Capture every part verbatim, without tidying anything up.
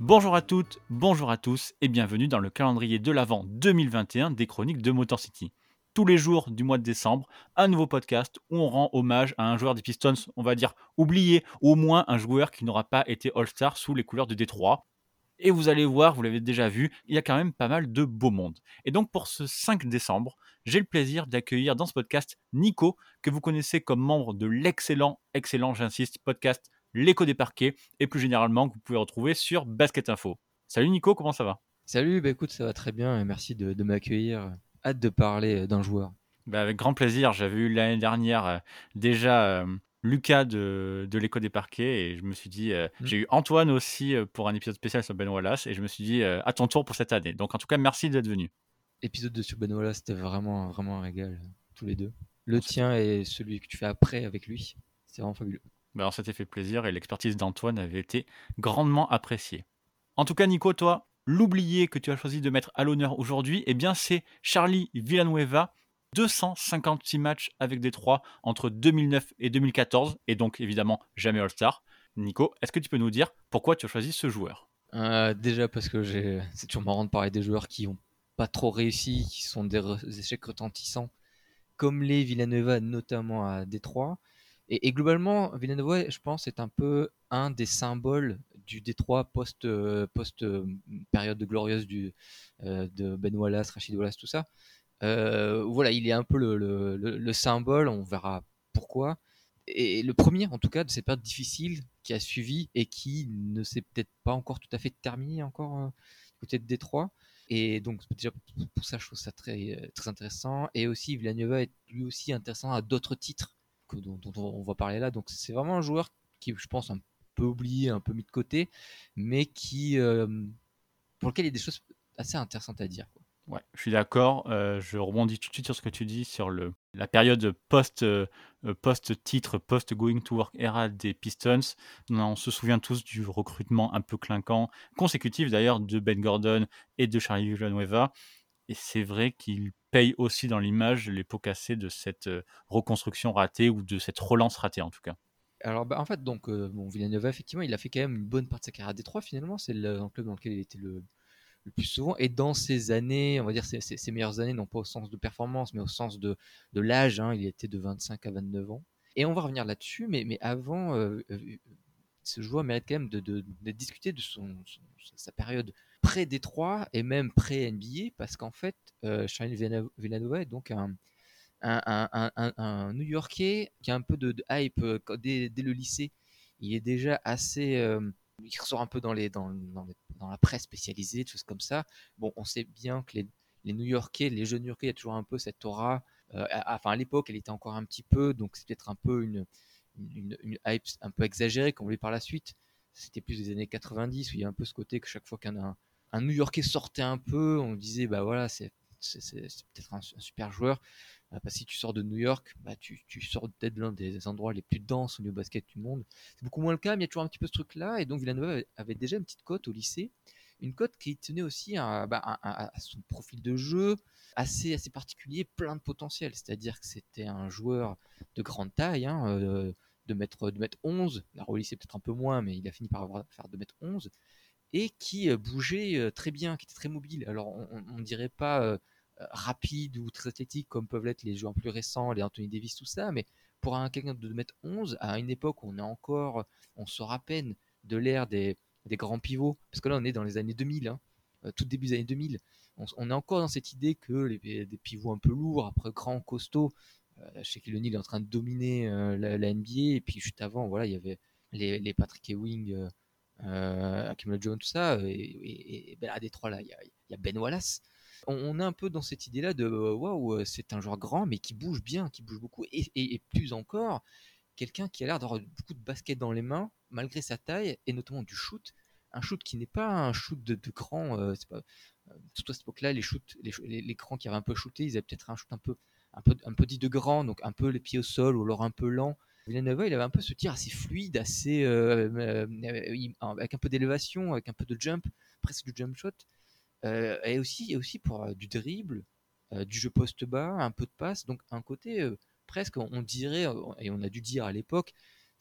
Bonjour à toutes, bonjour à tous et bienvenue dans le calendrier de l'Avent deux mille vingt et un des chroniques de Motor City. Tous les jours du mois de décembre, un nouveau podcast où on rend hommage à un joueur des Pistons, on va dire oublié, ou au moins un joueur qui n'aura pas été All-Star sous les couleurs de Détroit. Et vous allez voir, vous l'avez déjà vu, il y a quand même pas mal de beau monde. Et donc pour ce cinq décembre, j'ai le plaisir d'accueillir dans ce podcast Nico, que vous connaissez comme membre de l'excellent, excellent, j'insiste, podcast L'écho des parquets, et plus généralement que vous pouvez retrouver sur Basket Info. Salut Nico, comment ça va? Salut, bah écoute, ça va très bien et merci de, de m'accueillir. Hâte de parler euh, d'un joueur. Bah, avec grand plaisir, j'avais eu l'année dernière euh, déjà euh, Lucas de, de l'écho des parquets et je me suis dit, euh, Mm. j'ai eu Antoine aussi euh, pour un épisode spécial sur Ben Wallace et je me suis dit, euh, à ton tour pour cette année. Donc en tout cas, merci d'être venu. Épisode de Benoît, c'était vraiment, vraiment un régal, euh, tous les deux. Bon, Le c'était- tien et celui que tu fais après avec lui, c'est vraiment fabuleux. bah, alors, ça t'ait fait plaisir et l'expertise d'Antoine avait été grandement appréciée. En tout cas, Nico, toi, l'oublié que tu as choisi de mettre à l'honneur aujourd'hui, eh bien, c'est Charlie Villanueva, deux cent cinquante-six matchs avec Détroit entre deux mille neuf et deux mille quatorze, et donc évidemment jamais All-Star. Nico, est-ce que tu peux nous dire pourquoi tu as choisi ce joueur? Euh, déjà parce que j'ai, c'est toujours marrant de parler des joueurs qui ont pas trop réussi, qui sont des, re- des échecs retentissants, comme les Villanova, notamment à Détroit. Et, et globalement, Villanova, je pense, est un peu un des symboles du Détroit post, euh, post euh, période de glorieuse du, euh, de Ben Wallace, Rachid Wallace, tout ça. Euh, voilà, il est un peu le, le, le, le symbole, on verra pourquoi. Et le premier, en tout cas, de ces périodes difficiles qui a suivi et qui ne s'est peut-être pas encore tout à fait terminé encore euh, du côté de Détroit. Et donc, déjà, pour ça, je trouve ça très, euh, très intéressant. Et aussi, Villanova est lui aussi intéressant à d'autres titres que, dont, dont on va parler là. Donc, c'est vraiment un joueur qui, je pense, un peu oublié, un peu mis de côté, mais qui, euh, pour lequel il y a des choses assez intéressantes à dire, quoi. Ouais, je suis d'accord. euh, je rebondis tout de suite sur ce que tu dis sur le, la période post, euh, euh, post-titre, post-going to work era des Pistons. On se souvient tous du recrutement un peu clinquant, consécutif d'ailleurs de Ben Gordon et de Charlie Villanueva. Et c'est vrai qu'il paye aussi dans l'image les pots cassés de cette euh, reconstruction ratée ou de cette relance ratée en tout cas. Alors, bah, en fait, donc, euh, bon, Villeneuve, effectivement, il a fait quand même une bonne partie de sa carrière à Détroit, finalement. C'est le, un club dans lequel il était le, le plus souvent. Et dans ses années, on va dire ses, ses, ses meilleures années, non pas au sens de performance, mais au sens de, de l'âge, hein, il était de vingt-cinq à vingt-neuf ans. Et on va revenir là-dessus, mais, mais avant, euh, euh, ce joueur mérite quand même de, de, de discuter de son, son, sa période pré-Détroit et même pré-N B A, parce qu'en fait, euh, Charlie Villanova est donc un, un, un, un, un New-Yorkais qui a un peu de, de hype euh, dès, dès, le lycée. Il est déjà assez. Euh, il ressort un peu dans, les, dans, dans, les, dans la presse spécialisée, des choses comme ça. Bon, on sait bien que les, les New-Yorkais, les jeunes New-Yorkais, il y a toujours un peu cette aura. Euh, à, enfin, à l'époque, elle était encore un petit peu, donc c'est peut-être un peu une, une, une hype un peu exagérée, comme on vu par la suite. C'était plus des années quatre-vingt-dix où il y a un peu ce côté que chaque fois qu'un un, un New-Yorkais sortait un peu, on disait bah voilà, c'est c'est, c'est, c'est peut-être un, un, super joueur. Euh, parce que si tu sors de New York, bah, tu, tu sors peut-être de l'un des endroits les plus denses au niveau basket du monde. C'est beaucoup moins le cas, mais il y a toujours un petit peu ce truc-là. Et donc Villanova avait, avait déjà une petite cote au lycée, une cote qui tenait aussi à, bah, à, à, à son profil de jeu assez, assez particulier, plein de potentiel. C'est-à-dire que c'était un joueur de grande taille, hein, euh, de mètre, de mètre onze. Alors au lycée peut-être un peu moins, mais il a fini par avoir, faire deux mètres onze et qui euh, bougeait euh, très bien, qui était très mobile. Alors on ne dirait pas euh, rapide ou très athlétique comme peuvent l'être les joueurs plus récents, les Anthony Davis, tout ça, mais pour un quelqu'un de deux mètres onze, à une époque où on est encore, on sort à peine de l'ère des, des grands pivots, parce que là on est dans les années deux mille, hein, euh, tout début des années deux mille, on, on, est encore dans cette idée que les, des pivots un peu lourds, après grands, costauds, euh, Shaquille O'Neal est en train de dominer euh, la, la N B A, et puis juste avant, voilà, il y avait les, les Patrick Ewing, euh, euh, Hakeem Olajuwon, tout ça, et, et, et ben à Détroit, là, il y, a, il y a Ben Wallace. On, on est un peu dans cette idée-là de waouh, c'est un joueur grand, mais qui bouge bien, qui bouge beaucoup, et, et, et plus encore, quelqu'un qui a l'air d'avoir beaucoup de basket dans les mains, malgré sa taille, et notamment du shoot. Un shoot qui n'est pas un shoot de, de grand, euh, c'est pas, euh, surtout à cette époque-là, les shoots, les, les, les grands qui avaient un peu shooté, ils avaient peut-être un shoot un peu, un peu, un peu dit de grand, donc un peu les pieds au sol, ou alors un peu lent. Villanova, il avait un peu ce tir assez fluide, assez euh, euh, avec un peu d'élévation, avec un peu de jump, presque du jump shot, euh, et aussi et aussi pour euh, du dribble, euh, du jeu poste bas, un peu de passe, donc un côté euh, presque, on dirait, euh, et on a dû dire à l'époque,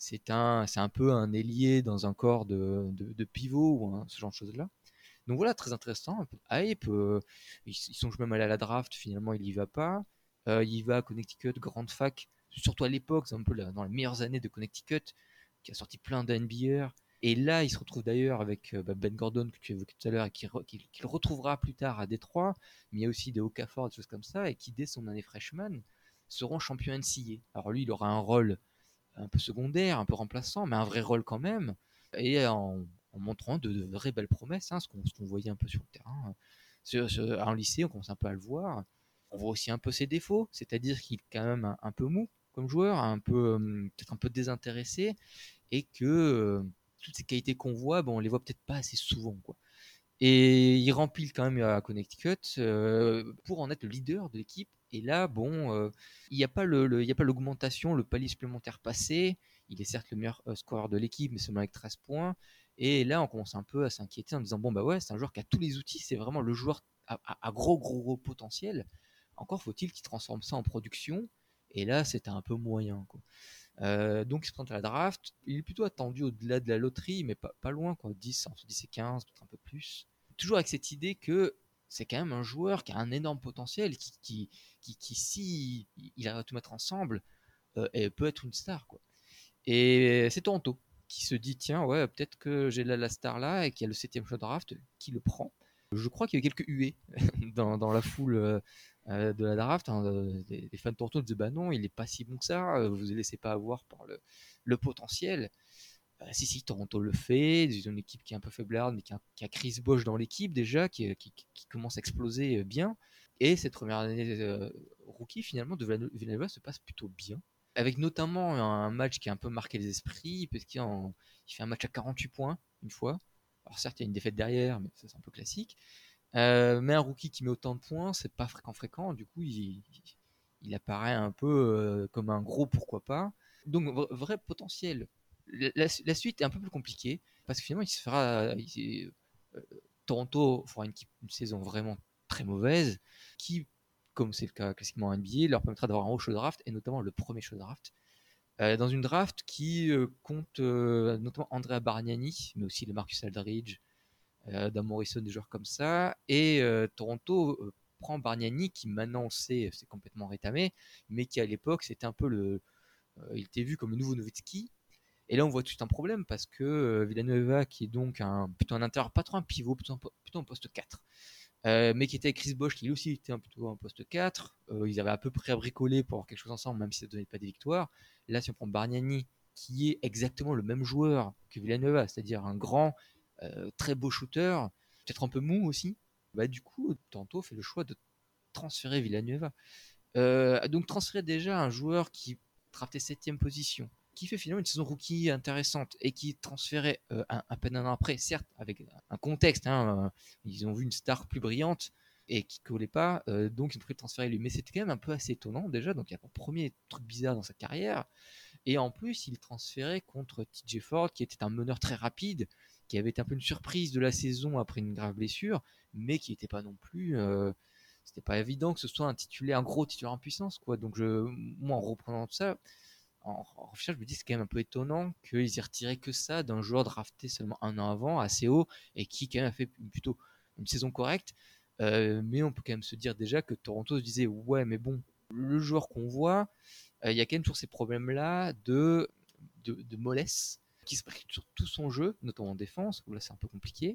C'est un, c'est un peu un ailier dans un corps de, de, de pivot ou un- ce genre de choses-là. Donc voilà, très intéressant, un peu de hype. euh, ils, ils sont même allés à la draft, finalement il y va pas. Euh, il va à Connecticut, grande fac, surtout à l'époque, c'est un peu la- dans les meilleures années de Connecticut, qui a sorti plein d'N B A. Et là, il se retrouve d'ailleurs avec euh, bah, Ben Gordon que tu évoquais tout à l'heure et qu'il re- qu'il- qu'il retrouvera plus tard à Détroit, mais il y a aussi des Okafor, des choses comme ça, et qui dès son année freshman seront champions N C A A. Alors lui, il aura un rôle un peu secondaire, un peu remplaçant, mais un vrai rôle quand même, et en, en montrant de, de vraies belles promesses, hein, ce qu'on ce qu'on voyait un peu sur le terrain. Sur- sur- en lycée, on commence un peu à le voir. On voit aussi un peu ses défauts, c'est-à-dire qu'il est quand même un, un peu mou comme joueur, un peu euh, peut-être un peu désintéressé, et que euh, toutes ces qualités qu'on voit, bon, on les voit peut-être pas assez souvent, quoi. Et il remplit quand même à Connecticut euh, pour en être le leader de l'équipe. Et là, bon, euh, il n'y a pas le, le- il y a pas l'augmentation, le palier supplémentaire passé. Il est certes le meilleur euh, scoreur de l'équipe, mais seulement avec treize points. Et là, on commence un peu à s'inquiéter en disant, bon, bah ouais, c'est un joueur qui a tous les outils, c'est vraiment le joueur à, à- à gros, gros, gros potentiel. Encore faut-il qu'il transforme ça en production. Et là, c'était un peu moyen, quoi. Euh, donc il se présente à la draft. Il est plutôt attendu au-delà de la loterie, mais pas, pas loin, quoi. dix, entre dix et quinze, peut-être un peu plus. Toujours avec cette idée que c'est quand même un joueur qui a un énorme potentiel, qui, qui, qui, qui si il arrive à tout mettre ensemble, euh, et peut être une star, quoi. Et c'est Toronto qui se dit, tiens, ouais, peut-être que j'ai là la star là et qu'il y a le septième choix de draft qui le prend. Je crois qu'il y a eu quelques huées dans, dans la foule euh, euh, de la draft, hein. Euh, les, les fans de Toronto disaient, bah non, il est pas si bon que ça, euh, vous ne laissez pas avoir par le, le potentiel. Euh, si, si, Toronto le fait, ils ont une équipe qui est un peu faiblarde, mais qui a, qui a Chris Bosh dans l'équipe déjà, qui, qui, qui commence à exploser euh, bien. Et cette première année euh, rookie, finalement, de Villanova Villanova se passe plutôt bien. Avec notamment un match qui a un peu marqué les esprits, parce qu'il en- il fait un match à quarante-huit points, une fois. Alors certes, il y a une défaite derrière, mais ça c'est un peu classique. Euh, mais un rookie qui met autant de points, c'est pas fréquent fréquent. Du coup, il, il apparaît un peu euh, comme un gros pourquoi pas. Donc v- vrai potentiel. La, la- la suite est un peu plus compliquée parce que finalement, il se fera. il- euh, Toronto fera une, une saison vraiment très mauvaise qui, comme c'est le cas classiquement en N B A, leur permettra d'avoir un haut show draft et notamment le premier show draft. Euh, dans une draft qui euh, compte euh, notamment Andrea Bargnani, mais aussi les Marcus Aldridge, euh, Dan Morrison, des joueurs comme ça. Et euh, Toronto euh, prend Bargnani, qui maintenant on sait, c'est complètement rétamé, mais qui à l'époque c'était un peu le. Euh, il était vu comme le nouveau Nowitzki. Et là on voit tout un problème parce que euh, Villanova, qui est donc un, plutôt un intérieur, pas trop un pivot, plutôt un, plutôt un poste quatre. Euh, mais qui était avec Chris Bosh, qui lui aussi était un, plutôt un poste quatre. Euh, ils avaient à peu près bricolé pour avoir quelque chose ensemble, même si ça ne donnait pas des victoires. Là, si on prend Bargnani, qui est exactement le même joueur que Villanova, c'est-à-dire un grand, euh, très beau shooter, peut-être un peu mou aussi, bah, du coup, Tanto fait le choix de transférer Villanova. Euh, donc transférer déjà un joueur qui draftait septième position, qui fait finalement une saison rookie intéressante et qui est transféré euh, un, un peu d'un an après, certes avec un contexte, hein, euh, ils ont vu une star plus brillante et qui collait pas, euh, donc ils ont pris le transférer lui. Mais c'était quand même un peu assez étonnant déjà, donc il y a un premier truc bizarre dans sa carrière. Et en plus, il transférait contre T J Ford, qui était un meneur très rapide, qui avait été un peu une surprise de la saison après une grave blessure, mais qui n'était pas non plus. Euh, c'était pas évident que ce soit un titulaire, un gros titulaire en puissance, quoi. Donc, je, moi, en reprenant tout ça, en, en je me dis c'est quand même un peu étonnant qu'ils aient retiré que ça d'un joueur drafté seulement un an avant, assez haut, et qui quand même a fait plutôt une saison correcte. Euh, mais on peut quand même se dire déjà que Toronto se disait ouais, mais bon, le joueur qu'on voit, euh, il y a quand même toujours ces problèmes-là de, de, de mollesse qui se prête sur tout son jeu, notamment en défense, où là c'est un peu compliqué.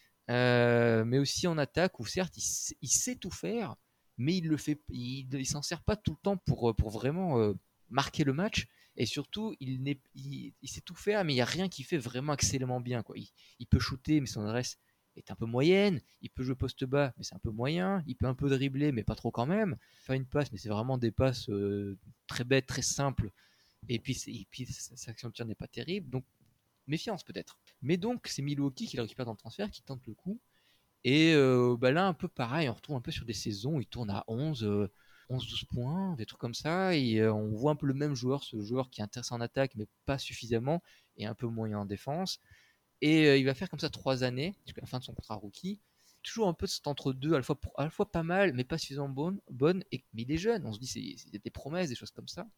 Euh, mais aussi en attaque, où certes il sait, il sait tout faire, mais il le fait, il, il s'en sert pas tout le temps pour, pour vraiment euh, marquer le match. Et surtout, il, n'est, il, il sait tout faire, mais il n'y a rien qui fait vraiment excellemment bien, quoi. Il, il peut shooter, mais son adresse est un peu moyenne. Il peut jouer poste bas, mais c'est un peu moyen. Il peut un peu dribbler, mais pas trop quand même. Faire une passe, mais c'est vraiment des passes euh, très bêtes, très simples. Et puis, et puis sa action de tir n'est pas terrible. Donc, méfiance peut-être. Mais donc, c'est Milwaukee qui le récupère dans le transfert, qui tente le coup. Et euh, bah là, un peu pareil, on retrouve un peu sur des saisons où il tourne à onze, euh, onze douze points, des trucs comme ça. Et euh, on voit un peu le même joueur, ce joueur qui est intéressant en attaque, mais pas suffisamment, et un peu moyen en défense. Et euh, il va faire comme ça trois années, jusqu'à la fin de son contrat rookie. Toujours un peu cet entre-deux, à la fois, à la fois pas mal, mais pas suffisamment bonne. bonne et, mais il est jeune, on se dit c'est, c'est des promesses, des choses comme ça.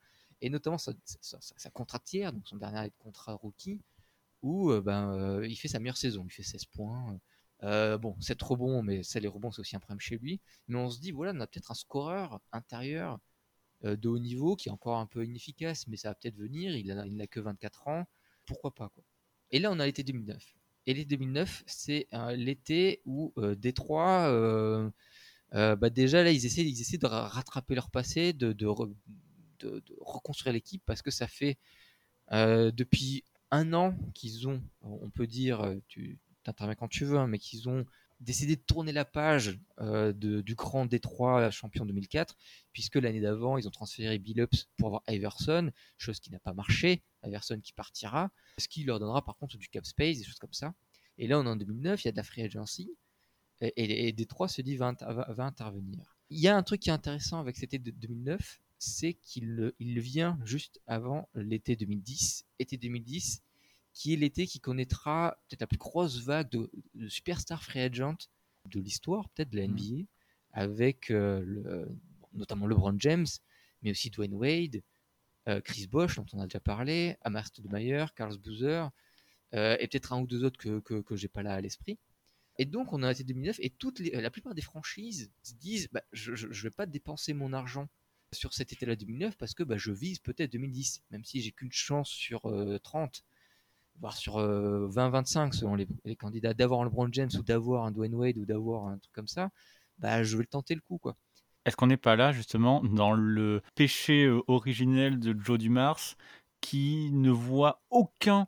et notamment sa, sa, sa, sa contractière, donc son dernier contrat rookie, où euh, ben, euh, il fait sa meilleure saison, il fait seize points. Euh, bon, sept rebonds, mais ça, les rebonds, c'est aussi un problème chez lui. Mais on se dit, voilà, on a peut-être un scoreur intérieur euh, de haut niveau qui est encore un peu inefficace, mais ça va peut-être venir. Il, a, il n'a que vingt-quatre ans, pourquoi pas, quoi. Et là, on a l'été deux mille neuf. Et l'été deux mille neuf, c'est euh, l'été où euh, Détroit, euh, euh, bah déjà là, ils essaient, ils essaient de rattraper leur passé, de, de, re, de, de reconstruire l'équipe parce que ça fait euh, depuis un an qu'ils ont, on peut dire, tu t'interviens quand tu veux, hein, mais qu'ils ont décidé de tourner la page euh, de, du grand Détroit champion deux mille quatre, puisque l'année d'avant, ils ont transféré Billups pour avoir Iverson, chose qui n'a pas marché, Iverson qui partira, ce qui leur donnera par contre du cap space, des choses comme ça. Et là, on est en deux mille neuf, il y a de la free agency, et, et, et Détroit se dit va, va, va intervenir. Il y a un truc qui est intéressant avec cet été de deux mille neuf, c'est qu'il il vient juste avant l'été deux mille dix, été deux mille dix, qui est l'été qui connaîtra peut-être la plus grosse vague de, de superstar free agent de l'histoire, peut-être de la N B A, mmh. avec euh, le, notamment LeBron James, mais aussi Dwayne Wade, euh, Chris Bosh, dont on a déjà parlé, Amar Stoudemire, Carlos Boozer, euh, et peut-être un ou deux autres que, que, que j'ai pas là à l'esprit. Et donc, on a été deux mille neuf et toutes les, la plupart des franchises se disent bah, je ne vais pas dépenser mon argent sur cet été-là deux mille neuf parce que bah, je vise peut-être deux mille dix, même si j'ai qu'une chance sur euh, trente, voire sur euh, vingt vingt-cinq selon les, les candidats, d'avoir un LeBron James ou d'avoir un Dwayne Wade ou d'avoir un truc comme ça, bah, je vais le tenter le coup, quoi. Est-ce qu'on n'est pas là, justement, dans le péché euh, originel de Joe Dumars, qui ne voit aucun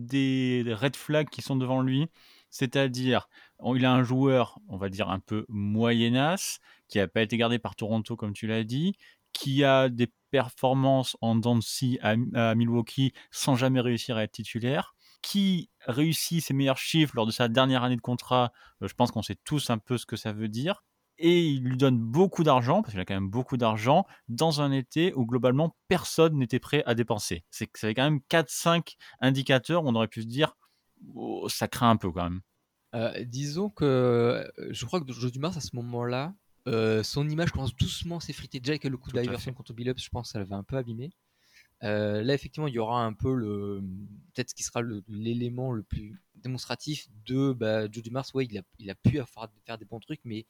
des red flags qui sont devant lui? C'est-à-dire, on- il a un joueur, on va dire, un peu moyennasse, qui n'a pas été gardé par Toronto, comme tu l'as dit, qui a des performances en dents de scie à, à Milwaukee sans jamais réussir à être titulaire, qui réussit ses meilleurs chiffres lors de sa dernière année de contrat. Euh, je pense qu'on sait tous un peu ce que ça veut dire. Et il lui donne beaucoup d'argent, parce qu'il a quand même beaucoup d'argent, dans un été où globalement personne n'était prêt à dépenser. C'est que ça avait quand même quatre cinq indicateurs où on aurait pu se dire oh, ça craint un peu quand même. Euh, disons que euh, je crois que Joe Dumars à ce moment-là, euh, son image commence doucement à s'effriter. Déjà avec le coup d'Iverson contre Billups, je pense que ça l'avait un peu abîmé. Euh, là, effectivement, il y aura un peu le, peut-être ce qui sera le, l'élément le plus démonstratif de bah, Joe Dumars. Ouais, il a, il a pu avoir, faire des bons trucs, mais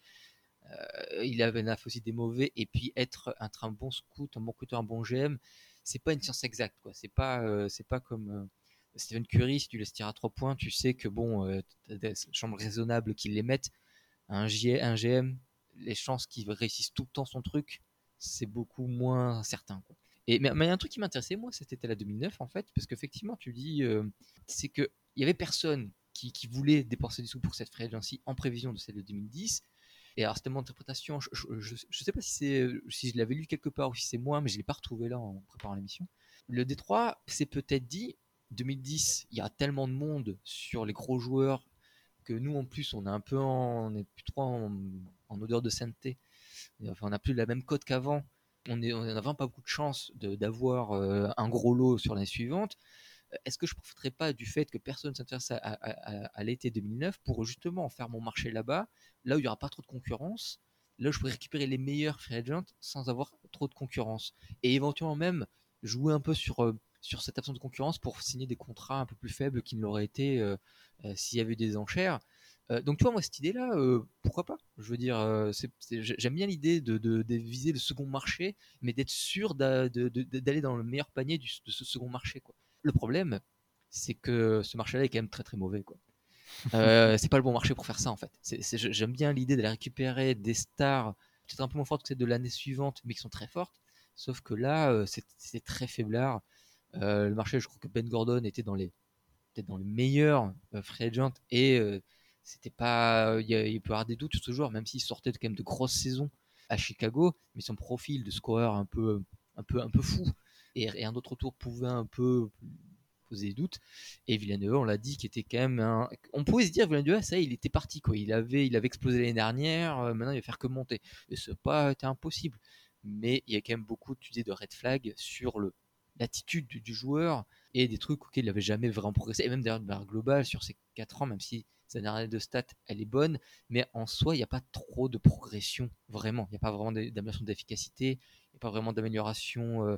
euh, il avait aussi des mauvais. Et puis être, être un bon scout, un bon cutter, un bon G M, c'est pas une science exacte, quoi. C'est pas, euh, c'est pas comme euh, Stephen Curry. Si tu laisses tirer à trois points, tu sais que bon, euh, t'as des chambres raisonnables qui les mettent. Un, J, un G M, les chances qu'il réussisse tout le temps son truc, c'est beaucoup moins certain, quoi. Et, mais il y a un truc qui m'intéressait, moi, cet été-là deux mille neuf, en fait, parce qu'effectivement, tu dis, euh, c'est qu'il y avait personne qui, qui voulait dépenser des sous pour cette free agency en prévision de celle de deux mille dix. Et alors, c'était mon interprétation, je, je, je, je sais pas si, c'est, si je l'avais lu quelque part ou si c'est moi, mais je ne l'ai pas retrouvé là en préparant l'émission. Le Détroit s'est peut-être dit, deux mille dix, il y a tellement de monde sur les gros joueurs que nous, en plus, on est un peu en, on est plus trop en, en odeur de sainteté. Enfin, on n'a plus la même cote qu'avant. On n'a on vraiment pas beaucoup de chance de, d'avoir euh, un gros lot sur l'année suivante. Est-ce que je ne profiterai pas du fait que personne ne s'intéresse à, à, à, à l'été deux mille neuf pour justement faire mon marché là-bas, là où il n'y aura pas trop de concurrence, là où je pourrais récupérer les meilleurs free agents sans avoir trop de concurrence. Et éventuellement même jouer un peu sur, euh, sur cette absence de concurrence pour signer des contrats un peu plus faibles qu'ils ne l'auraient été euh, euh, s'il y avait eu des enchères. Euh, donc tu vois, moi, cette idée-là, euh, pourquoi pas? Je veux dire, euh, c'est, c'est, j'aime bien l'idée de, de, de viser le second marché, mais d'être sûr d'a, de, de, d'aller dans le meilleur panier du, de ce second marché, quoi. Le problème, c'est que ce marché-là est quand même très très mauvais, quoi. Euh, c'est pas le bon marché pour faire ça, en fait. C'est, c'est, j'aime bien l'idée d'aller récupérer des stars peut-être un peu moins fortes que celles de l'année suivante, mais qui sont très fortes. Sauf que là, euh, c'est, c'est très faiblard. Euh, le marché, je crois que Ben Gordon était dans les peut-être dans les meilleurs euh, free agents et euh, c'était pas, il, il peut y avoir des doutes sur ce joueur, même s'il sortait quand même de grosses saisons à Chicago, mais son profil de scoreur un peu, un peu, un peu fou et, et un autre tour pouvait un peu poser des doutes. Et Villeneuve, on l'a dit, qui était quand même un... On pouvait se dire, Villeneuve, ça, il était parti, quoi. Il avait, il avait explosé l'année dernière, euh, maintenant il va faire que monter. Et ça n'a pas été impossible. Mais il y a quand même beaucoup, tu disais, de red flag sur le, l'attitude du, du joueur et des trucs auxquels il n'avait jamais vraiment progressé. Et même d'ailleurs, de manière globale, sur ces quatre ans, même si sa dernière année de stats, elle est bonne, mais en soi, il n'y a pas trop de progression, vraiment. Il n'y a pas vraiment d'amélioration d'efficacité, il n'y a pas vraiment d'amélioration... Euh,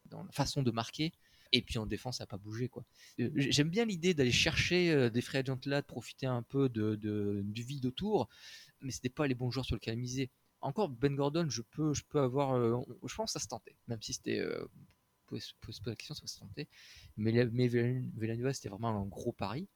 dans la façon de marquer. Et puis en défense, ça n'a pas bougé, quoi. Euh, J'aime bien l'idée d'aller chercher euh, des free agents là, de profiter un peu de, de- du vide autour, mais c'était pas les bons joueurs sur lesquels miser. Encore Ben Gordon, je peux, je peux avoir, euh, je pense que ça se tentait, même si c'était, euh, pose, pose pas la question, ça se tentait. Mais, la- mais Villan- Villanueva, c'était vraiment un gros pari.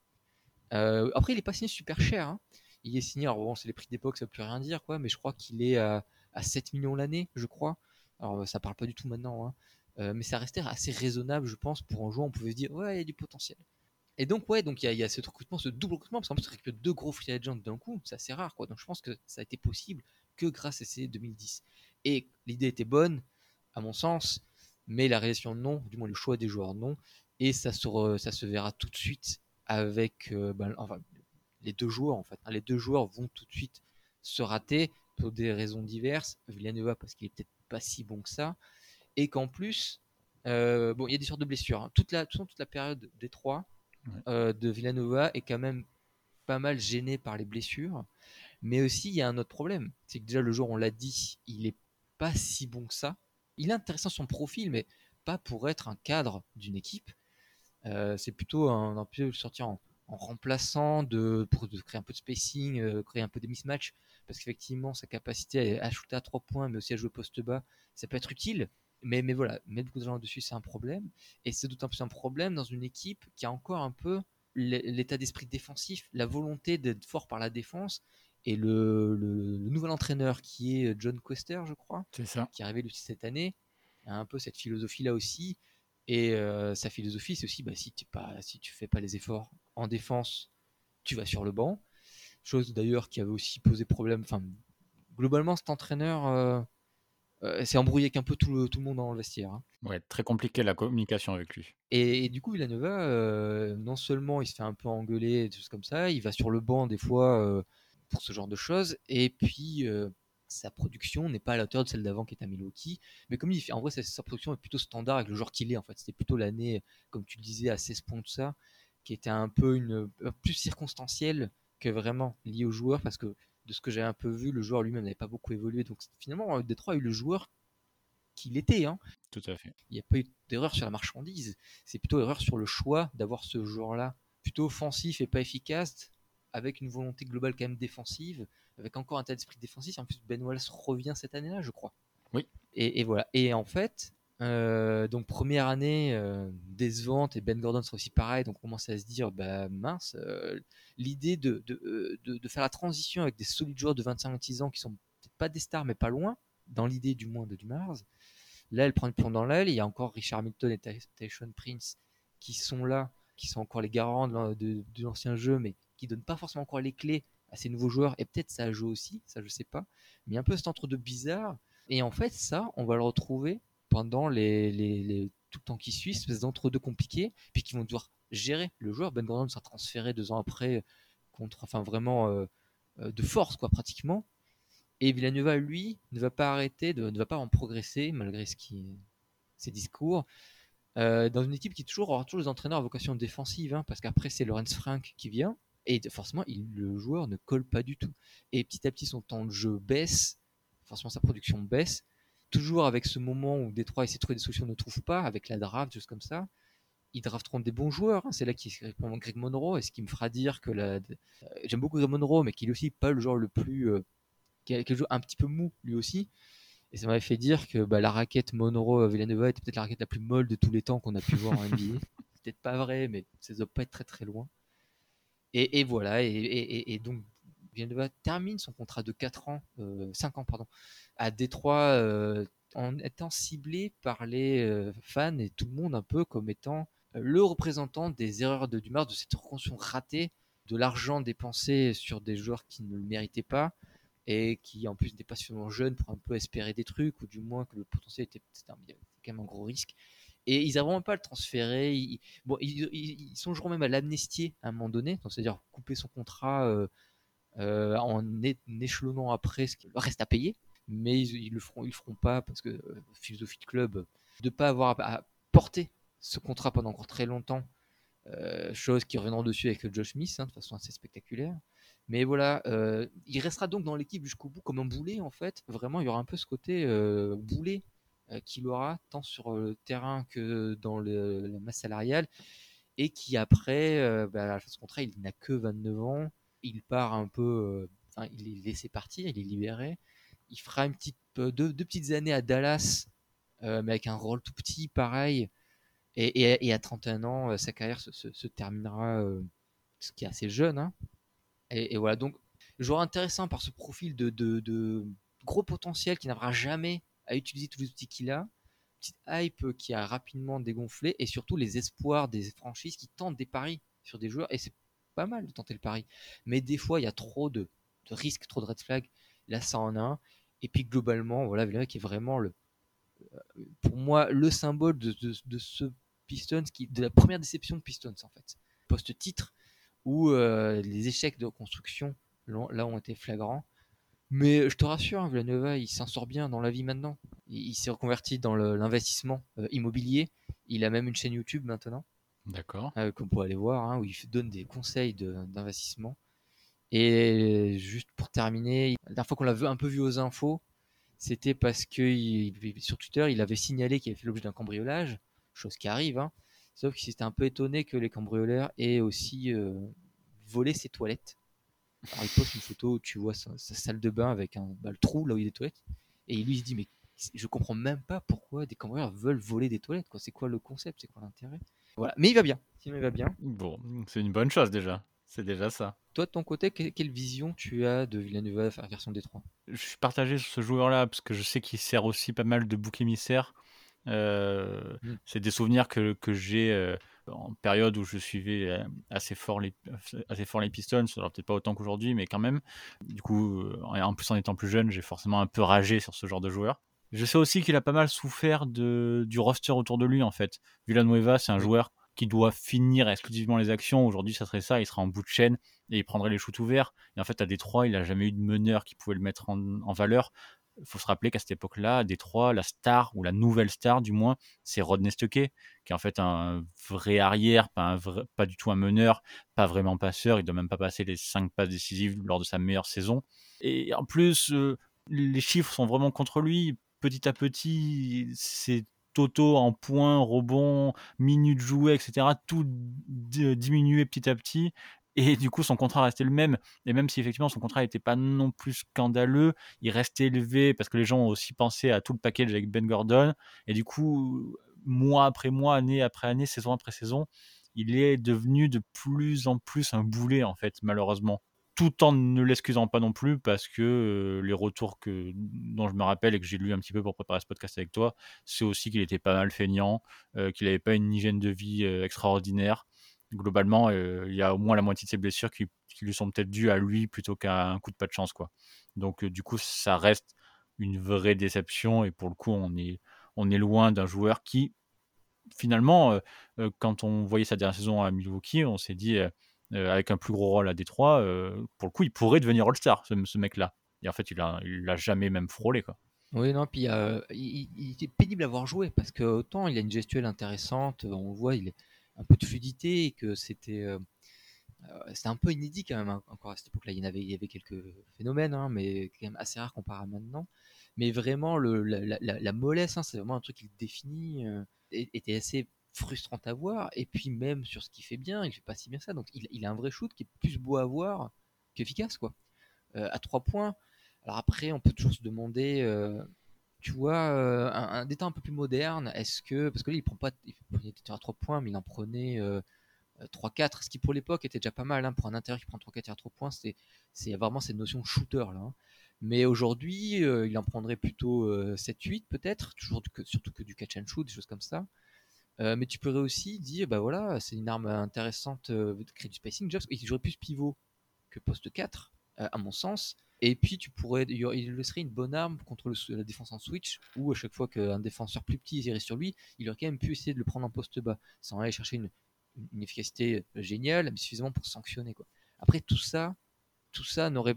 Euh, après, il est pas signé super cher, hein. Il est signé, alors bon, c'est les prix d'époque, ça veut plus rien dire, quoi, mais je crois qu'il est à, à sept millions l'année, je crois. Alors, ça parle pas du tout maintenant, hein. Euh, mais ça restait assez raisonnable, je pense, pour un joueur, on pouvait se dire, ouais, il y a du potentiel. Et donc, ouais, donc il y a, il y a ce recrutement, ce double recrutement, parce qu'en plus, c'est que deux gros free agents d'un coup, c'est assez rare, quoi. Donc, je pense que ça a été possible que grâce à ces deux mille dix. Et l'idée était bonne, à mon sens, mais la réalisation non, du moins le choix des joueurs non, et ça se, re- ça se verra tout de suite avec, euh, ben, enfin, les deux joueurs en fait. Hein. Les deux joueurs vont tout de suite se rater pour des raisons diverses. Villanova parce qu'il est peut-être pas si bon que ça, et qu'en plus, euh, bon, il y a des sortes de blessures. Hein. Toute la, toute, toute la période des trois Ouais. euh, de Villanova est quand même pas mal gêné par les blessures, mais aussi il y a un autre problème, c'est que déjà le joueur, on l'a dit, il est pas si bon que ça. Il est intéressant son profil, mais pas pour être un cadre d'une équipe. Euh, c'est plutôt un, un peu sortir en, en remplaçant de, pour de créer un peu de spacing, euh, créer un peu des mismatchs, parce qu'effectivement sa capacité à, à shooter à trois points, mais aussi à jouer poste bas, ça peut être utile. Mais, mais voilà, mettre beaucoup de gens dessus, c'est un problème. Et c'est d'autant plus un problème dans une équipe qui a encore un peu l'état d'esprit défensif, la volonté d'être fort par la défense. Et le, le, le nouvel entraîneur qui est John Quester, je crois, C'est ça. qui est arrivé aussi cette année, a un peu cette philosophie-là aussi. Et euh, sa philosophie, c'est aussi, bah, si tu pas, si tu fais pas les efforts en défense, tu vas sur le banc. Chose d'ailleurs qui avait aussi posé problème. Enfin, globalement, cet entraîneur euh, euh, s'est embrouillé avec un peu tout le, tout le monde dans le vestiaire. Hein. Ouais, très compliqué la communication avec lui. Et, et du coup, Villanova, euh, non seulement il se fait un peu engueuler, des choses comme ça, il va sur le banc des fois euh, pour ce genre de choses, et puis euh, sa production n'est pas à la hauteur de celle d'avant qui est à Milwaukee. Mais comme il fait, en vrai, sa, sa production est plutôt standard avec le joueur qu'il est. En fait, c'était plutôt l'année, comme tu le disais, à seize points tout ça, qui était un peu une plus circonstancielle que vraiment liée au joueur, parce que de ce que j'ai un peu vu, le joueur lui-même n'avait pas beaucoup évolué. Donc finalement, Détroit a eu le joueur qu'il était. Hein. Tout à fait. Il n'y a pas eu d'erreur sur la marchandise. C'est plutôt erreur sur le choix d'avoir ce joueur-là, plutôt offensif et pas efficace, avec une volonté globale quand même défensive, avec encore un tas d'esprit défensif. En plus, Ben Wallace revient cette année-là, je crois. Oui. Et, et voilà. Et en fait, euh, donc première année euh, décevante, et Ben Gordon sera aussi pareil, donc on commence à se dire, bah mince, euh, l'idée de, de, de, de faire la transition avec des solides joueurs de vingt-cinq à vingt-six ans qui sont peut-être pas des stars, mais pas loin, dans l'idée du moins de du Mars. Là, elle prend le plomb dans l'aile. Il y a encore Richard Hamilton et Tayshaun Prince qui sont là, qui sont encore les garants de, de, de l'ancien jeu, mais qui donnent pas forcément encore les clés à ces nouveaux joueurs. Et peut-être ça joue aussi, ça je sais pas. Mais un peu cet entre-deux bizarre. Et en fait, ça, on va le retrouver pendant les, les, les tout le temps qui suit, espèce d'entre-deux compliqués, puis qui vont devoir gérer le joueur. Ben Gordon sera transféré deux ans après contre, enfin vraiment euh, euh, de force quoi, pratiquement. Et Villanova, lui, ne va pas arrêter, de, ne va pas en progresser, malgré ce qui, ses discours, euh, dans une équipe qui toujours aura toujours des entraîneurs à vocation défensive, hein, parce qu'après c'est Lorenz Frank qui vient, et forcément il, le joueur ne colle pas du tout. Et petit à petit son temps de jeu baisse, forcément sa production baisse, toujours avec ce moment où Détroit essaie de trouver des solutions, ne trouve pas, avec la draft, juste comme ça. Ils drafteront des bons joueurs, hein. C'est là qu'il répond Greg Monroe, et ce qui me fera dire que la... euh, j'aime beaucoup Greg Monroe, mais qu'il est aussi pas le joueur le plus... Euh, qui a, qui a joué un petit peu mou lui aussi. Et ça m'avait fait dire que bah, la raquette Monroe Villanova était peut-être la raquette la plus molle de tous les temps qu'on a pu voir en N B A. C'est peut-être pas vrai, mais ça doit pas être très très loin. Et, et voilà, et, et, et, donc Villanova termine son contrat de quatre ans, euh, cinq ans pardon, à Détroit euh, en étant ciblé par les euh, fans et tout le monde un peu comme étant euh, le représentant des erreurs de Dumas, de cette reconstruction ratée, de l'argent dépensé sur des joueurs qui ne le méritaient pas et qui en plus n'étaient pas suffisamment jeunes pour un peu espérer des trucs, ou du moins que le potentiel était, c'était un, quand même un gros risque. Et ils n'avaient vraiment pas à le transférer. Ils, bon, ils, ils, ils songeront même à l'amnistier à un moment donné, donc c'est-à-dire couper son contrat euh, euh, en é- échelonnant après ce qu'il reste à payer. Mais ils, ils le feront, ils le feront pas parce que euh, philosophie de club, de pas avoir à, à porter ce contrat pendant encore très longtemps, euh, chose qui reviendront dessus avec Josh Smith, hein, de façon assez spectaculaire. Mais voilà, euh, il restera donc dans l'équipe jusqu'au bout comme un boulet en fait. Vraiment, il y aura un peu ce côté euh, boulet euh, qu'il aura tant sur le terrain que dans le, la masse salariale, et qui après, euh, bah, à la fin de ce contrat, il n'a que vingt-neuf ans, il part un peu, euh, enfin, il est laissé partir, il est libéré, il fera une petite, euh, deux, deux petites années à Dallas, euh, mais avec un rôle tout petit, pareil, et, et, et à trente et un ans, euh, sa carrière se, se, se terminera, euh, ce qui est assez jeune, hein. Et, et voilà, donc, joueur intéressant par ce profil de, de, de gros potentiel qui n'arrivera jamais à utiliser tous les outils qu'il a, petite hype qui a rapidement dégonflé, et surtout les espoirs des franchises qui tentent des paris sur des joueurs, et c'est pas mal de tenter le pari, mais des fois il y a trop de, de risques, trop de red flags, là ça en a un, et puis globalement, voilà, Villeneuve qui est vraiment le, pour moi, le symbole de, de, de ce Pistons, qui, de la première déception de Pistons en fait, post-titre, où euh, les échecs de construction là ont été flagrants. Mais je te rassure, hein, Villanova, il s'en sort bien dans la vie maintenant. Il, il s'est reconverti dans le, l'investissement euh, immobilier. Il a même une chaîne YouTube maintenant, D'accord. euh, qu'on peut aller voir, hein, où il donne des conseils de, d'investissement. Et juste pour terminer, la dernière fois qu'on l'a vu, un peu vu aux infos, c'était parce que il, sur Twitter, il avait signalé qu'il avait fait l'objet d'un cambriolage, chose qui arrive, hein, sauf qu'il s'était un peu étonné que les cambrioleurs aient aussi euh, volé ses toilettes. Alors il poste une photo où tu vois sa, sa salle de bain avec un, bah, le trou là où il y a des toilettes. Et lui il se dit mais je comprends même pas pourquoi des cambrioleurs veulent voler des toilettes, quoi. C'est quoi le concept, c'est quoi l'intérêt? Voilà, mais il va bien. Sinon il va bien. Bon, c'est une bonne chose déjà. C'est déjà ça. Toi de ton côté, que- quelle vision tu as de Villeneuve version Détroit? Je suis partagé sur ce joueur-là parce que je sais qu'il sert aussi pas mal de bouc émissaire. Euh, Mm. c'est des souvenirs que, que j'ai euh, en période où je suivais euh, assez fort les, assez fort les Pistons, alors peut-être pas autant qu'aujourd'hui, mais quand même. Du coup, euh, en plus en étant plus jeune, j'ai forcément un peu ragé sur ce genre de joueur. Je sais aussi qu'il a pas mal souffert de, du roster autour de lui, en fait. Villanueva, c'est un Oui. joueur qui doit finir exclusivement les actions. Aujourd'hui, ça serait ça, il sera en bout de chaîne et il prendrait les shoots ouverts. Et en fait, à Détroit, il n'a jamais eu de meneur qui pouvait le mettre en, en valeur. Il faut se rappeler qu'à cette époque-là, à Détroit, la star, ou la nouvelle star du moins, c'est Rodney Stuckey, qui est en fait un vrai arrière, pas, un vrai, pas du tout un meneur, pas vraiment passeur. Il ne doit même pas passer les cinq passes décisives lors de sa meilleure saison. Et en plus, euh, les chiffres sont vraiment contre lui. Petit à petit, c'est Toto en points, rebonds, minutes jouées, et cetera. Tout d- diminué petit à petit. Et du coup, son contrat restait le même. Et même si effectivement son contrat n'était pas non plus scandaleux, il restait élevé parce que les gens ont aussi pensé à tout le package avec Ben Gordon. Et du coup, mois après mois, année après année, saison après saison, il est devenu de plus en plus un boulet, en fait, malheureusement. Tout en ne l'excusant pas non plus, parce que euh, les retours que, dont je me rappelle et que j'ai lu un petit peu pour préparer ce podcast avec toi, c'est aussi qu'il était pas mal feignant, euh, qu'il n'avait pas une hygiène de vie euh, extraordinaire. Globalement, euh, il y a au moins la moitié de ses blessures qui, qui lui sont peut-être dues à lui plutôt qu'à un coup de pas de chance, quoi. Donc euh, du coup, ça reste une vraie déception, et pour le coup, on est, on est loin d'un joueur qui, finalement, euh, euh, quand on voyait sa dernière saison à Milwaukee, on s'est dit, euh, euh, avec un plus gros rôle à Détroit, euh, pour le coup, il pourrait devenir All-Star, ce, ce mec-là. Et en fait, il l'a il l'a jamais même frôlé, quoi. Oui, non, puis euh, il, il était pénible à voir jouer parce que autant il a une gestuelle intéressante, on voit, il est un peu de fluidité et que c'était euh, euh, c'était un peu inédit quand même, hein, encore à cette époque-là. Il y en avait, il y avait quelques phénomènes, hein, mais quand même assez rare comparé à maintenant. Mais vraiment, le, la, la- la- la mollesse, hein, c'est vraiment un truc qui le définit, euh, et- était assez frustrant à voir. Et puis même sur ce qu'il fait bien, il fait pas si bien ça. Donc il, il a un vrai shoot qui est plus beau à voir qu'efficace, quoi. Euh, à trois points. Alors après, on peut toujours se demander, euh, tu vois, euh, un, un détail un peu plus moderne, est-ce que, parce que là, il prend pas, il prenait des tirs à trois points, mais il en prenait euh, trois quatre, ce qui pour l'époque était déjà pas mal, hein, pour un intérieur qui prend trois quatre tirs à trois points, c'est, c'est vraiment cette notion de shooter là, hein. Mais aujourd'hui, euh, il en prendrait plutôt euh, sept huit peut-être, toujours du, surtout que du catch and shoot, des choses comme ça. Euh, mais tu pourrais aussi dire, bah voilà, c'est une arme intéressante euh, de créer du spacing. Déjà, il jouerait plus pivot que poste quatre, euh, à mon sens. Et puis, tu pourrais, il le serait une bonne arme contre le, la défense en switch, où à chaque fois qu'un défenseur plus petit irait sur lui, il aurait quand même pu essayer de le prendre en poste bas, sans aller chercher une, une efficacité géniale, mais suffisamment pour sanctionner, quoi. Après, tout ça, tout ça n'aurait.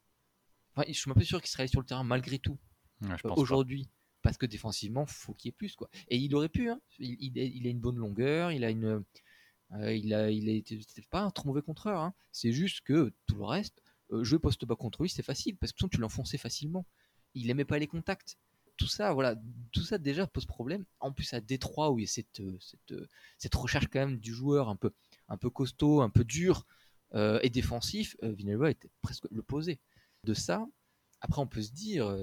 Enfin, je suis un peu sûr qu'il serait allé sur le terrain malgré tout, Ouais, je euh, pense pas. aujourd'hui. Parce que défensivement, faut qu'il y ait plus, quoi. Et il aurait pu, hein. Il, il, il a une bonne longueur, il a une. Euh, il a, il a été, c'était pas un trop mauvais contreur, hein. C'est juste que tout le reste, euh, jouer poste bas contre lui, c'est facile parce que tu l'enfonçais facilement. Il aimait pas les contacts. tout ça, voilà, tout ça déjà pose problème. En plus à Détroit où il y a cette, euh, cette, euh, cette recherche quand même du joueur un peu, un peu costaud, un peu dur euh, et défensif, euh, Villanova était presque l'opposé de ça. Après, on peut se dire, euh,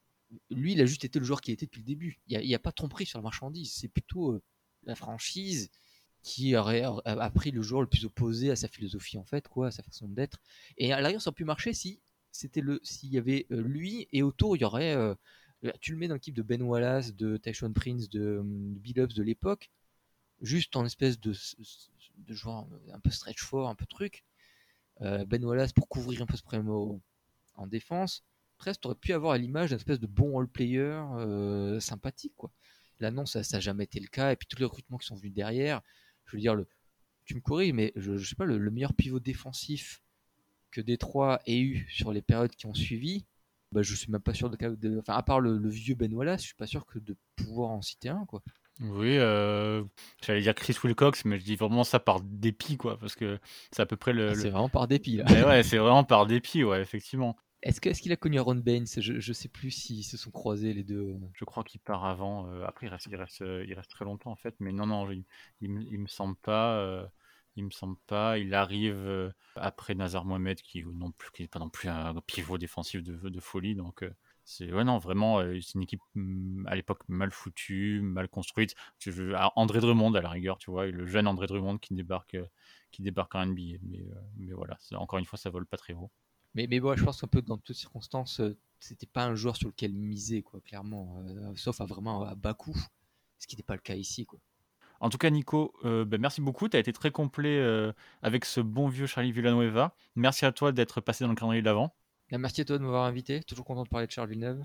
lui, il a juste été le joueur qui était depuis le début. Il n'y a, a, pas de tromperie sur la marchandise. C'est plutôt euh, la franchise qui aurait a, a pris le joueur le plus opposé à sa philosophie, en fait, quoi, à sa façon d'être. Et à l'arrière, ça aurait pu marcher si c'était le, s'il y avait euh, lui et autour, il y aurait. Euh, tu le mets dans l'équipe de Ben Wallace, de Tayshaun Prince, de, de Billups de l'époque, juste en espèce de, de joueur un peu stretch fort, un peu truc. Euh, Ben Wallace pour couvrir un peu ce problème au, en défense. Presque, tu aurais pu avoir à l'image d'une espèce de bon role-player euh, sympathique, quoi. Là, non, ça n'a jamais été le cas. Et puis, tous les recrutements qui sont venus derrière, je veux dire, le, tu me corriges, mais je, je sais pas, le, le meilleur pivot défensif que Détroit ait eu sur les périodes qui ont suivi, bah, je suis même pas sûr de, de enfin, à part le, le vieux Ben Wallace, je suis pas sûr que de pouvoir en citer un, quoi. Oui, euh, j'allais dire Chris Wilcox, mais je dis vraiment ça par dépit, quoi, parce que c'est à peu près le. Ah, le... c'est vraiment par dépit, là. Mais ouais, c'est vraiment par dépit, ouais, effectivement. Est-ce que, est-ce qu'il a connu Aaron Baines? Je, je sais plus s'ils se sont croisés les deux. Je crois qu'il part avant. euh, après, il reste, il reste, euh, il reste très longtemps en fait, mais non, non, il, il, me- il me semble pas. euh, il me semble pas. Il arrive euh, après Nazar Mohamed, qui non plus, qui n'est pas non plus un pivot défensif de, de folie. Donc, euh, c'est ouais, non, vraiment, euh, c'est une équipe hum, à l'époque mal foutue, mal construite. Je, je- ah, André Drummond à la rigueur, tu vois, le jeune André Drummond qui débarque, euh, qui débarque en N B A. Mais, euh, mais voilà, c'est- encore une fois, ça vole pas très haut. Mais, mais bon, je pense qu'un peu dans toutes circonstances, euh, c'était pas un joueur sur lequel miser, quoi, clairement. Euh, sauf à vraiment à bas coût, ce qui n'était pas le cas ici, quoi. En tout cas, Nico, euh, ben, merci beaucoup. Tu as été très complet euh, avec ce bon vieux Charlie Villanueva. Merci à toi d'être passé dans le calendrier de l'avant. Bien, merci à toi de m'avoir invité. Toujours content de parler de Charles Villeneuve.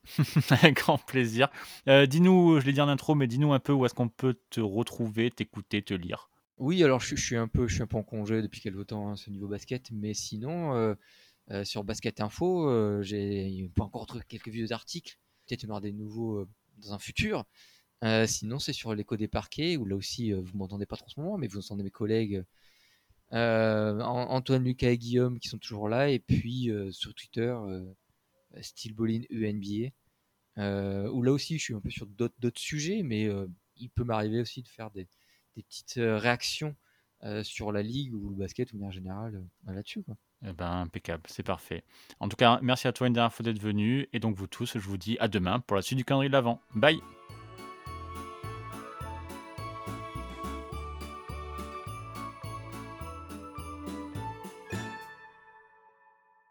Avec grand plaisir. Euh, dis-nous, je l'ai dit en intro, mais dis-nous un peu où est-ce qu'on peut te retrouver, t'écouter, te lire. Oui, alors je, je suis un peu, je suis un peu en congé depuis quelque temps, hein, ce niveau basket, mais sinon, euh, euh, sur Basket Info, euh, j'ai pas encore trouvé quelques vieux articles. Peut-être il y en aura des nouveaux euh, dans un futur. Euh, sinon, c'est sur l'écho des parquets, où là aussi, euh, vous m'entendez pas trop en ce moment, mais vous entendez mes collègues euh, Antoine, Lucas et Guillaume qui sont toujours là, et puis euh, sur Twitter, euh, Steel Ballin E N B A, euh, où là aussi, je suis un peu sur d'autres d'autres sujets, mais euh, il peut m'arriver aussi de faire des, des petites euh, réactions euh, sur la ligue ou le basket ou de manière générale euh, là-dessus, quoi. Eh ben, impeccable, c'est parfait. En tout cas, merci à toi une dernière fois d'être venu. Et donc, vous tous, je vous dis à demain pour la suite du calendrier de l'avant. Bye!